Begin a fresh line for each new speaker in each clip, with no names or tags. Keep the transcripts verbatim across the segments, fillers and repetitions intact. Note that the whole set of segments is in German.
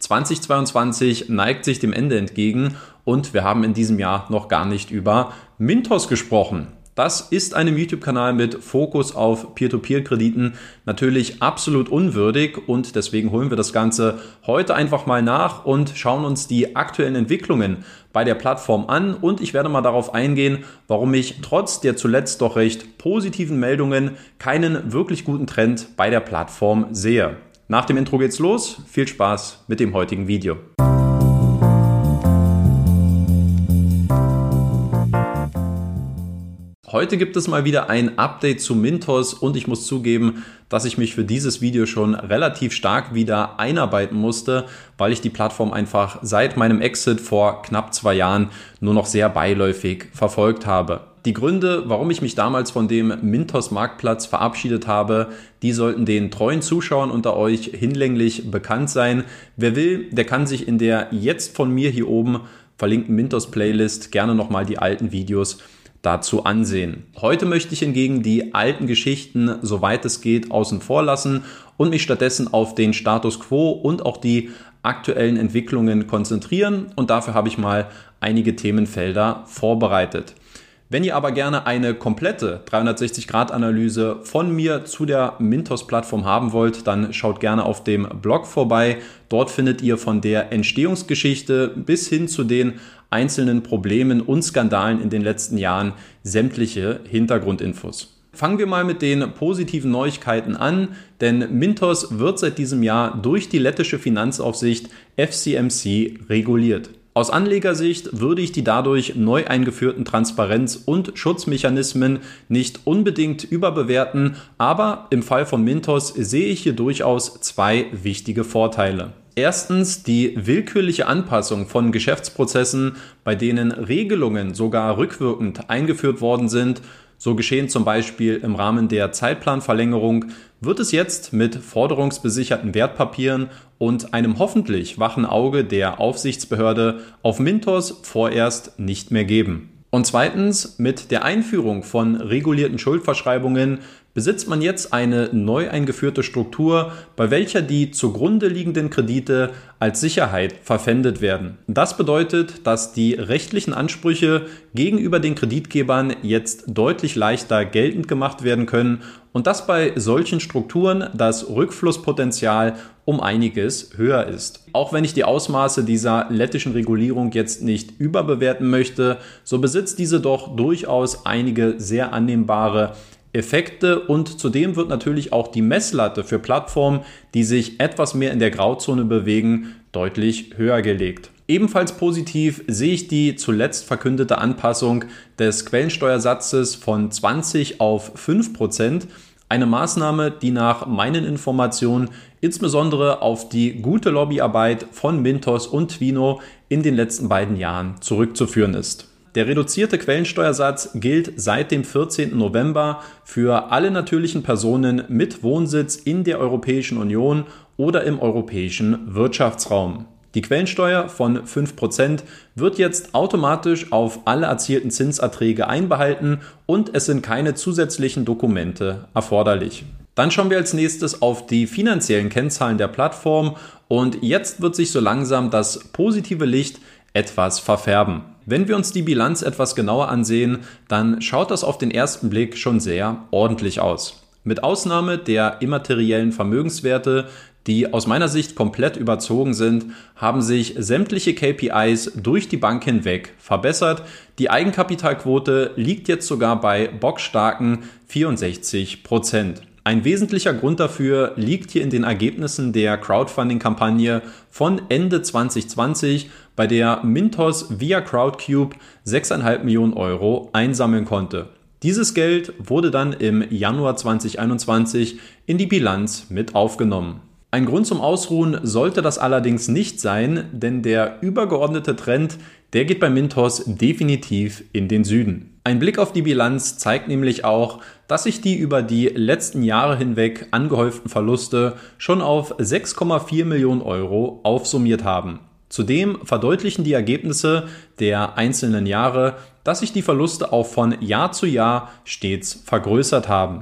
zweitausendzweiundzwanzig neigt sich dem Ende entgegen und wir haben in diesem Jahr noch gar nicht über Mintos gesprochen. Das ist einem YouTube-Kanal mit Fokus auf Peer-to-Peer-Krediten natürlich absolut unwürdig und deswegen holen wir das Ganze heute einfach mal nach und schauen uns die aktuellen Entwicklungen bei der Plattform an und ich werde mal darauf eingehen, warum ich trotz der zuletzt doch recht positiven Meldungen keinen wirklich guten Trend bei der Plattform sehe. Nach dem Intro geht's los. Viel Spaß mit dem heutigen Video. Heute gibt es mal wieder ein Update zu Mintos und ich muss zugeben, dass ich mich für dieses Video schon relativ stark wieder einarbeiten musste, weil ich die Plattform einfach seit meinem Exit vor knapp zwei Jahren nur noch sehr beiläufig verfolgt habe. Die Gründe, warum ich mich damals von dem Mintos-Marktplatz verabschiedet habe, die sollten den treuen Zuschauern unter euch hinlänglich bekannt sein. Wer will, der kann sich in der jetzt von mir hier oben verlinkten Mintos-Playlist gerne nochmal die alten Videos dazu ansehen. Heute möchte ich hingegen die alten Geschichten, soweit es geht, außen vor lassen und mich stattdessen auf den Status Quo und auch die aktuellen Entwicklungen konzentrieren und dafür habe ich mal einige Themenfelder vorbereitet. Wenn ihr aber gerne eine komplette dreihundertsechzig Grad Analyse von mir zu der Mintos-Plattform haben wollt, dann schaut gerne auf dem Blog vorbei. Dort findet ihr von der Entstehungsgeschichte bis hin zu den einzelnen Problemen und Skandalen in den letzten Jahren sämtliche Hintergrundinfos. Fangen wir mal mit den positiven Neuigkeiten an, denn Mintos wird seit diesem Jahr durch die lettische Finanzaufsicht F C M C reguliert. Aus Anlegersicht würde ich die dadurch neu eingeführten Transparenz- und Schutzmechanismen nicht unbedingt überbewerten, aber im Fall von Mintos sehe ich hier durchaus zwei wichtige Vorteile. Erstens die willkürliche Anpassung von Geschäftsprozessen, bei denen Regelungen sogar rückwirkend eingeführt worden sind. So geschehen zum Beispiel im Rahmen der Zeitplanverlängerung, wird es jetzt mit forderungsbesicherten Wertpapieren und einem hoffentlich wachen Auge der Aufsichtsbehörde auf Mintos vorerst nicht mehr geben. Und zweitens, mit der Einführung von regulierten Schuldverschreibungen besitzt man jetzt eine neu eingeführte Struktur, bei welcher die zugrunde liegenden Kredite als Sicherheit verpfändet werden. Das bedeutet, dass die rechtlichen Ansprüche gegenüber den Kreditgebern jetzt deutlich leichter geltend gemacht werden können und dass bei solchen Strukturen das Rückflusspotenzial um einiges höher ist. Auch wenn ich die Ausmaße dieser lettischen Regulierung jetzt nicht überbewerten möchte, so besitzt diese doch durchaus einige sehr annehmbare Effekte und zudem wird natürlich auch die Messlatte für Plattformen, die sich etwas mehr in der Grauzone bewegen, deutlich höher gelegt. Ebenfalls positiv sehe ich die zuletzt verkündete Anpassung des Quellensteuersatzes von zwanzig auf fünf Prozent. Eine Maßnahme, die nach meinen Informationen insbesondere auf die gute Lobbyarbeit von Mintos und Twino in den letzten beiden Jahren zurückzuführen ist. Der reduzierte Quellensteuersatz gilt seit dem vierzehnten November für alle natürlichen Personen mit Wohnsitz in der Europäischen Union oder im europäischen Wirtschaftsraum. Die Quellensteuer von fünf Prozent wird jetzt automatisch auf alle erzielten Zinserträge einbehalten und es sind keine zusätzlichen Dokumente erforderlich. Dann schauen wir als nächstes auf die finanziellen Kennzahlen der Plattform und jetzt wird sich so langsam das positive Licht etwas verfärben. Wenn wir uns die Bilanz etwas genauer ansehen, dann schaut das auf den ersten Blick schon sehr ordentlich aus. Mit Ausnahme der immateriellen Vermögenswerte, die aus meiner Sicht komplett überzogen sind, haben sich sämtliche K P Is durch die Bank hinweg verbessert. Die Eigenkapitalquote liegt jetzt sogar bei bockstarken vierundsechzig Prozent. Ein wesentlicher Grund dafür liegt hier in den Ergebnissen der Crowdfunding-Kampagne von Ende zwanzig zwanzig, bei der Mintos via Crowdcube sechs Komma fünf Millionen Euro einsammeln konnte. Dieses Geld wurde dann im Januar zwanzig einundzwanzig in die Bilanz mit aufgenommen. Ein Grund zum Ausruhen sollte das allerdings nicht sein, denn der übergeordnete Trend, der geht bei Mintos definitiv in den Süden. Ein Blick auf die Bilanz zeigt nämlich auch, dass sich die über die letzten Jahre hinweg angehäuften Verluste schon auf sechs Komma vier Millionen Euro aufsummiert haben. Zudem verdeutlichen die Ergebnisse der einzelnen Jahre, dass sich die Verluste auch von Jahr zu Jahr stets vergrößert haben.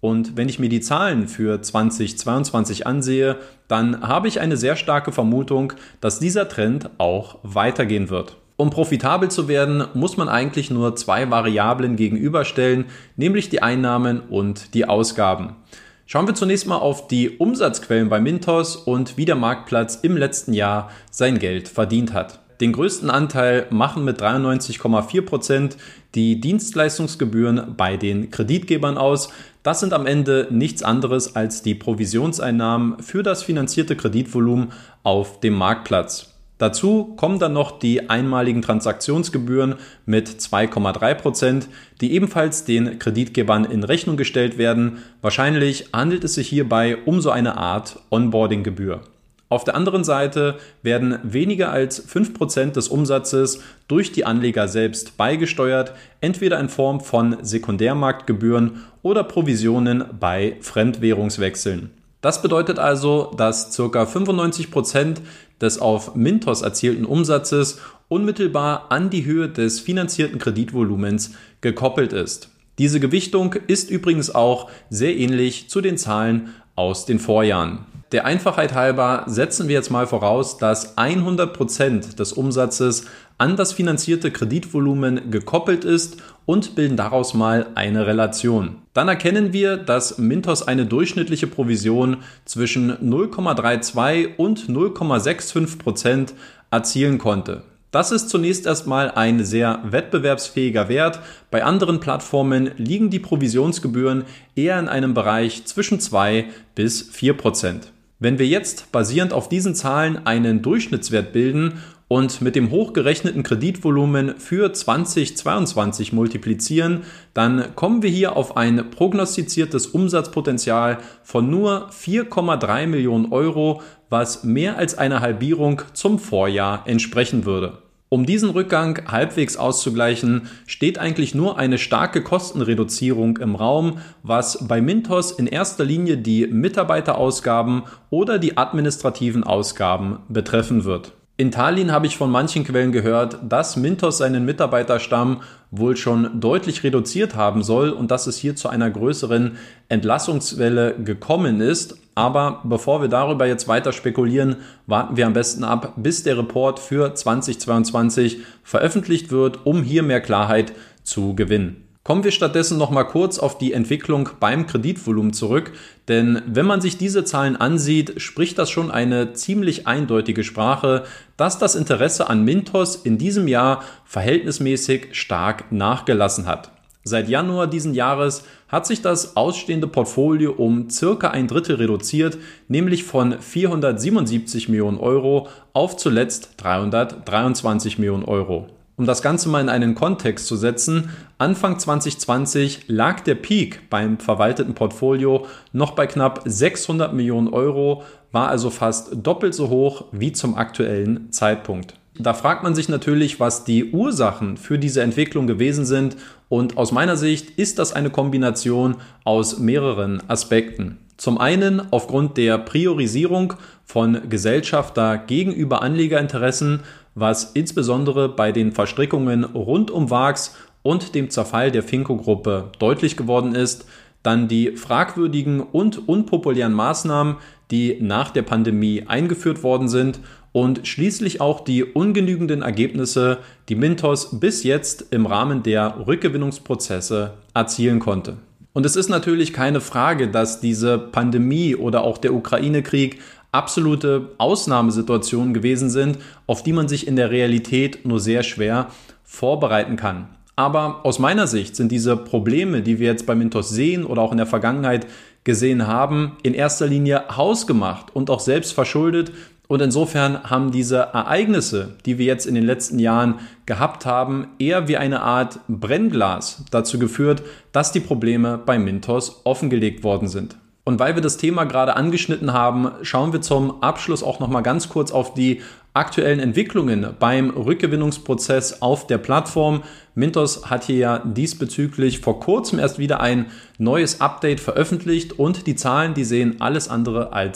Und wenn ich mir die Zahlen für zweitausendzweiundzwanzig ansehe, dann habe ich eine sehr starke Vermutung, dass dieser Trend auch weitergehen wird. Um profitabel zu werden, muss man eigentlich nur zwei Variablen gegenüberstellen, nämlich die Einnahmen und die Ausgaben. Schauen wir zunächst mal auf die Umsatzquellen bei Mintos und wie der Marktplatz im letzten Jahr sein Geld verdient hat. Den größten Anteil machen mit dreiundneunzig Komma vier Prozent die Dienstleistungsgebühren bei den Kreditgebern aus. Das sind am Ende nichts anderes als die Provisionseinnahmen für das finanzierte Kreditvolumen auf dem Marktplatz. Dazu kommen dann noch die einmaligen Transaktionsgebühren mit zwei Komma drei Prozent, die ebenfalls den Kreditgebern in Rechnung gestellt werden. Wahrscheinlich handelt es sich hierbei um so eine Art Onboarding-Gebühr. Auf der anderen Seite werden weniger als fünf Prozent des Umsatzes durch die Anleger selbst beigesteuert, entweder in Form von Sekundärmarktgebühren oder Provisionen bei Fremdwährungswechseln. Das bedeutet also, dass ca. fünfundneunzig Prozent des auf Mintos erzielten Umsatzes unmittelbar an die Höhe des finanzierten Kreditvolumens gekoppelt ist. Diese Gewichtung ist übrigens auch sehr ähnlich zu den Zahlen aus den Vorjahren. Der Einfachheit halber setzen wir jetzt mal voraus, dass hundert Prozent des Umsatzes an das finanzierte Kreditvolumen gekoppelt ist und bilden daraus mal eine Relation. Dann erkennen wir, dass Mintos eine durchschnittliche Provision zwischen null Komma zweiunddreißig und null Komma fünfundsechzig Prozent erzielen konnte. Das ist zunächst erstmal ein sehr wettbewerbsfähiger Wert. Bei anderen Plattformen liegen die Provisionsgebühren eher in einem Bereich zwischen zwei bis vier Prozent. Wenn wir jetzt basierend auf diesen Zahlen einen Durchschnittswert bilden und mit dem hochgerechneten Kreditvolumen für zweitausendzweiundzwanzig multiplizieren, dann kommen wir hier auf ein prognostiziertes Umsatzpotenzial von nur vier Komma drei Millionen Euro, was mehr als eine Halbierung zum Vorjahr entsprechen würde. Um diesen Rückgang halbwegs auszugleichen, steht eigentlich nur eine starke Kostenreduzierung im Raum, was bei Mintos in erster Linie die Mitarbeiterausgaben oder die administrativen Ausgaben betreffen wird. In Tallinn habe ich von manchen Quellen gehört, dass Mintos seinen Mitarbeiterstamm wohl schon deutlich reduziert haben soll und dass es hier zu einer größeren Entlassungswelle gekommen ist. Aber bevor wir darüber jetzt weiter spekulieren, warten wir am besten ab, bis der Report für zweitausendzweiundzwanzig veröffentlicht wird, um hier mehr Klarheit zu gewinnen. Kommen wir stattdessen noch mal kurz auf die Entwicklung beim Kreditvolumen zurück, denn wenn man sich diese Zahlen ansieht, spricht das schon eine ziemlich eindeutige Sprache, dass das Interesse an Mintos in diesem Jahr verhältnismäßig stark nachgelassen hat. Seit Januar diesen Jahres hat sich das ausstehende Portfolio um circa ein Drittel reduziert, nämlich von vierhundertsiebenundsiebzig Millionen Euro auf zuletzt dreihundertdreiundzwanzig Millionen Euro. Um das Ganze mal in einen Kontext zu setzen, Anfang zwanzig zwanzig lag der Peak beim verwalteten Portfolio noch bei knapp sechshundert Millionen Euro, war also fast doppelt so hoch wie zum aktuellen Zeitpunkt. Da fragt man sich natürlich, was die Ursachen für diese Entwicklung gewesen sind, und aus meiner Sicht ist das eine Kombination aus mehreren Aspekten. Zum einen aufgrund der Priorisierung von Gesellschafter gegenüber Anlegerinteressen, was insbesondere bei den Verstrickungen rund um V A X und dem Zerfall der Finco-Gruppe deutlich geworden ist. Dann die fragwürdigen und unpopulären Maßnahmen, die nach der Pandemie eingeführt worden sind, und schließlich auch die ungenügenden Ergebnisse, die Mintos bis jetzt im Rahmen der Rückgewinnungsprozesse erzielen konnte. Und es ist natürlich keine Frage, dass diese Pandemie oder auch der Ukraine-Krieg absolute Ausnahmesituationen gewesen sind, auf die man sich in der Realität nur sehr schwer vorbereiten kann. Aber aus meiner Sicht sind diese Probleme, die wir jetzt bei Mintos sehen oder auch in der Vergangenheit gesehen haben, in erster Linie hausgemacht und auch selbst verschuldet. Und insofern haben diese Ereignisse, die wir jetzt in den letzten Jahren gehabt haben, eher wie eine Art Brennglas dazu geführt, dass die Probleme bei Mintos offengelegt worden sind. Und weil wir das Thema gerade angeschnitten haben, schauen wir zum Abschluss auch noch mal ganz kurz auf die aktuellen Entwicklungen beim Rückgewinnungsprozess auf der Plattform. Mintos hat hier ja diesbezüglich vor kurzem erst wieder ein neues Update veröffentlicht und die Zahlen, die sehen alles andere als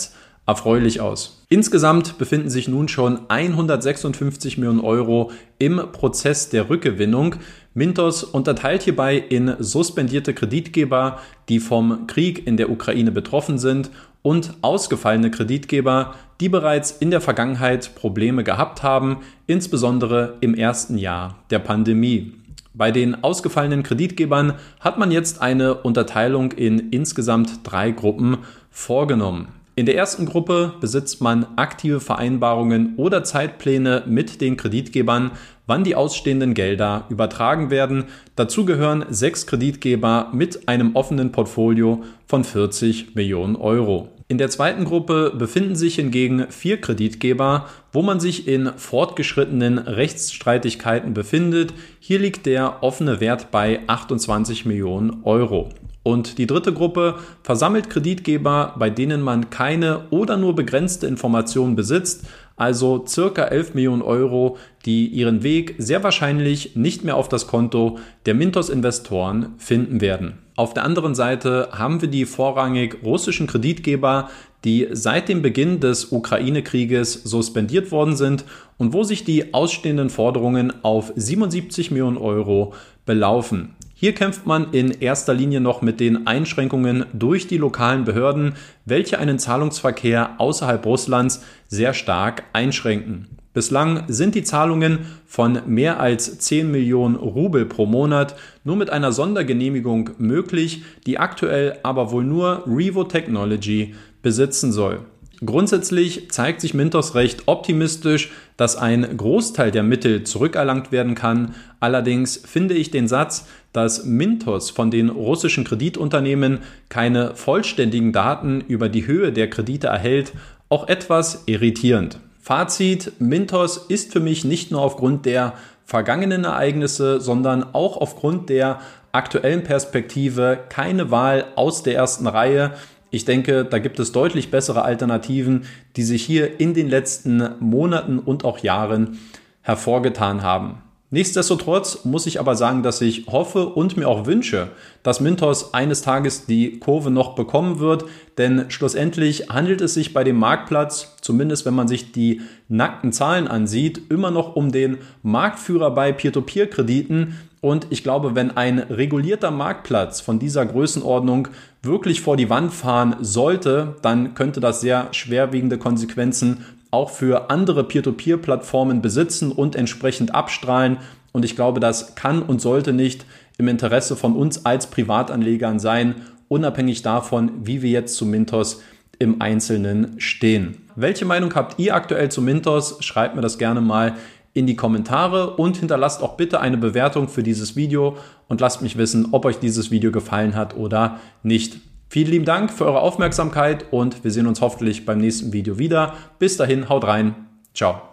erfreulich aus. Insgesamt befinden sich nun schon hundertsechsundfünfzig Millionen Euro im Prozess der Rückgewinnung. Mintos unterteilt hierbei in suspendierte Kreditgeber, die vom Krieg in der Ukraine betroffen sind, und ausgefallene Kreditgeber, die bereits in der Vergangenheit Probleme gehabt haben, insbesondere im ersten Jahr der Pandemie. Bei den ausgefallenen Kreditgebern hat man jetzt eine Unterteilung in insgesamt drei Gruppen vorgenommen. In der ersten Gruppe besitzt man aktive Vereinbarungen oder Zeitpläne mit den Kreditgebern, wann die ausstehenden Gelder übertragen werden. Dazu gehören sechs Kreditgeber mit einem offenen Portfolio von vierzig Millionen Euro. In der zweiten Gruppe befinden sich hingegen vier Kreditgeber, wo man sich in fortgeschrittenen Rechtsstreitigkeiten befindet. Hier liegt der offene Wert bei achtundzwanzig Millionen Euro. Und die dritte Gruppe versammelt Kreditgeber, bei denen man keine oder nur begrenzte Informationen besitzt, also circa elf Millionen Euro, die ihren Weg sehr wahrscheinlich nicht mehr auf das Konto der Mintos-Investoren finden werden. Auf der anderen Seite haben wir die vorrangig russischen Kreditgeber, die seit dem Beginn des Ukraine-Krieges suspendiert worden sind und wo sich die ausstehenden Forderungen auf siebenundsiebzig Millionen Euro belaufen. Hier kämpft man in erster Linie noch mit den Einschränkungen durch die lokalen Behörden, welche einen Zahlungsverkehr außerhalb Russlands sehr stark einschränken. Bislang sind die Zahlungen von mehr als zehn Millionen Rubel pro Monat nur mit einer Sondergenehmigung möglich, die aktuell aber wohl nur Revo Technology besitzen soll. Grundsätzlich zeigt sich Mintos recht optimistisch, dass ein Großteil der Mittel zurückerlangt werden kann. Allerdings finde ich den Satz, dass Mintos von den russischen Kreditunternehmen keine vollständigen Daten über die Höhe der Kredite erhält, auch etwas irritierend. Fazit: Mintos ist für mich nicht nur aufgrund der vergangenen Ereignisse, sondern auch aufgrund der aktuellen Perspektive keine Wahl aus der ersten Reihe. Ich denke, da gibt es deutlich bessere Alternativen, die sich hier in den letzten Monaten und auch Jahren hervorgetan haben. Nichtsdestotrotz muss ich aber sagen, dass ich hoffe und mir auch wünsche, dass Mintos eines Tages die Kurve noch bekommen wird, denn schlussendlich handelt es sich bei dem Marktplatz, zumindest wenn man sich die nackten Zahlen ansieht, immer noch um den Marktführer bei Peer-to-Peer-Krediten. Und ich glaube, wenn ein regulierter Marktplatz von dieser Größenordnung wirklich vor die Wand fahren sollte, dann könnte das sehr schwerwiegende Konsequenzen auch für andere Peer-to-Peer-Plattformen besitzen und entsprechend abstrahlen. Und ich glaube, das kann und sollte nicht im Interesse von uns als Privatanlegern sein, unabhängig davon, wie wir jetzt zu Mintos im Einzelnen stehen. Welche Meinung habt ihr aktuell zu Mintos? Schreibt mir das gerne mal in die Kommentare und hinterlasst auch bitte eine Bewertung für dieses Video und lasst mich wissen, ob euch dieses Video gefallen hat oder nicht. Vielen lieben Dank für eure Aufmerksamkeit und wir sehen uns hoffentlich beim nächsten Video wieder. Bis dahin, haut rein. Ciao.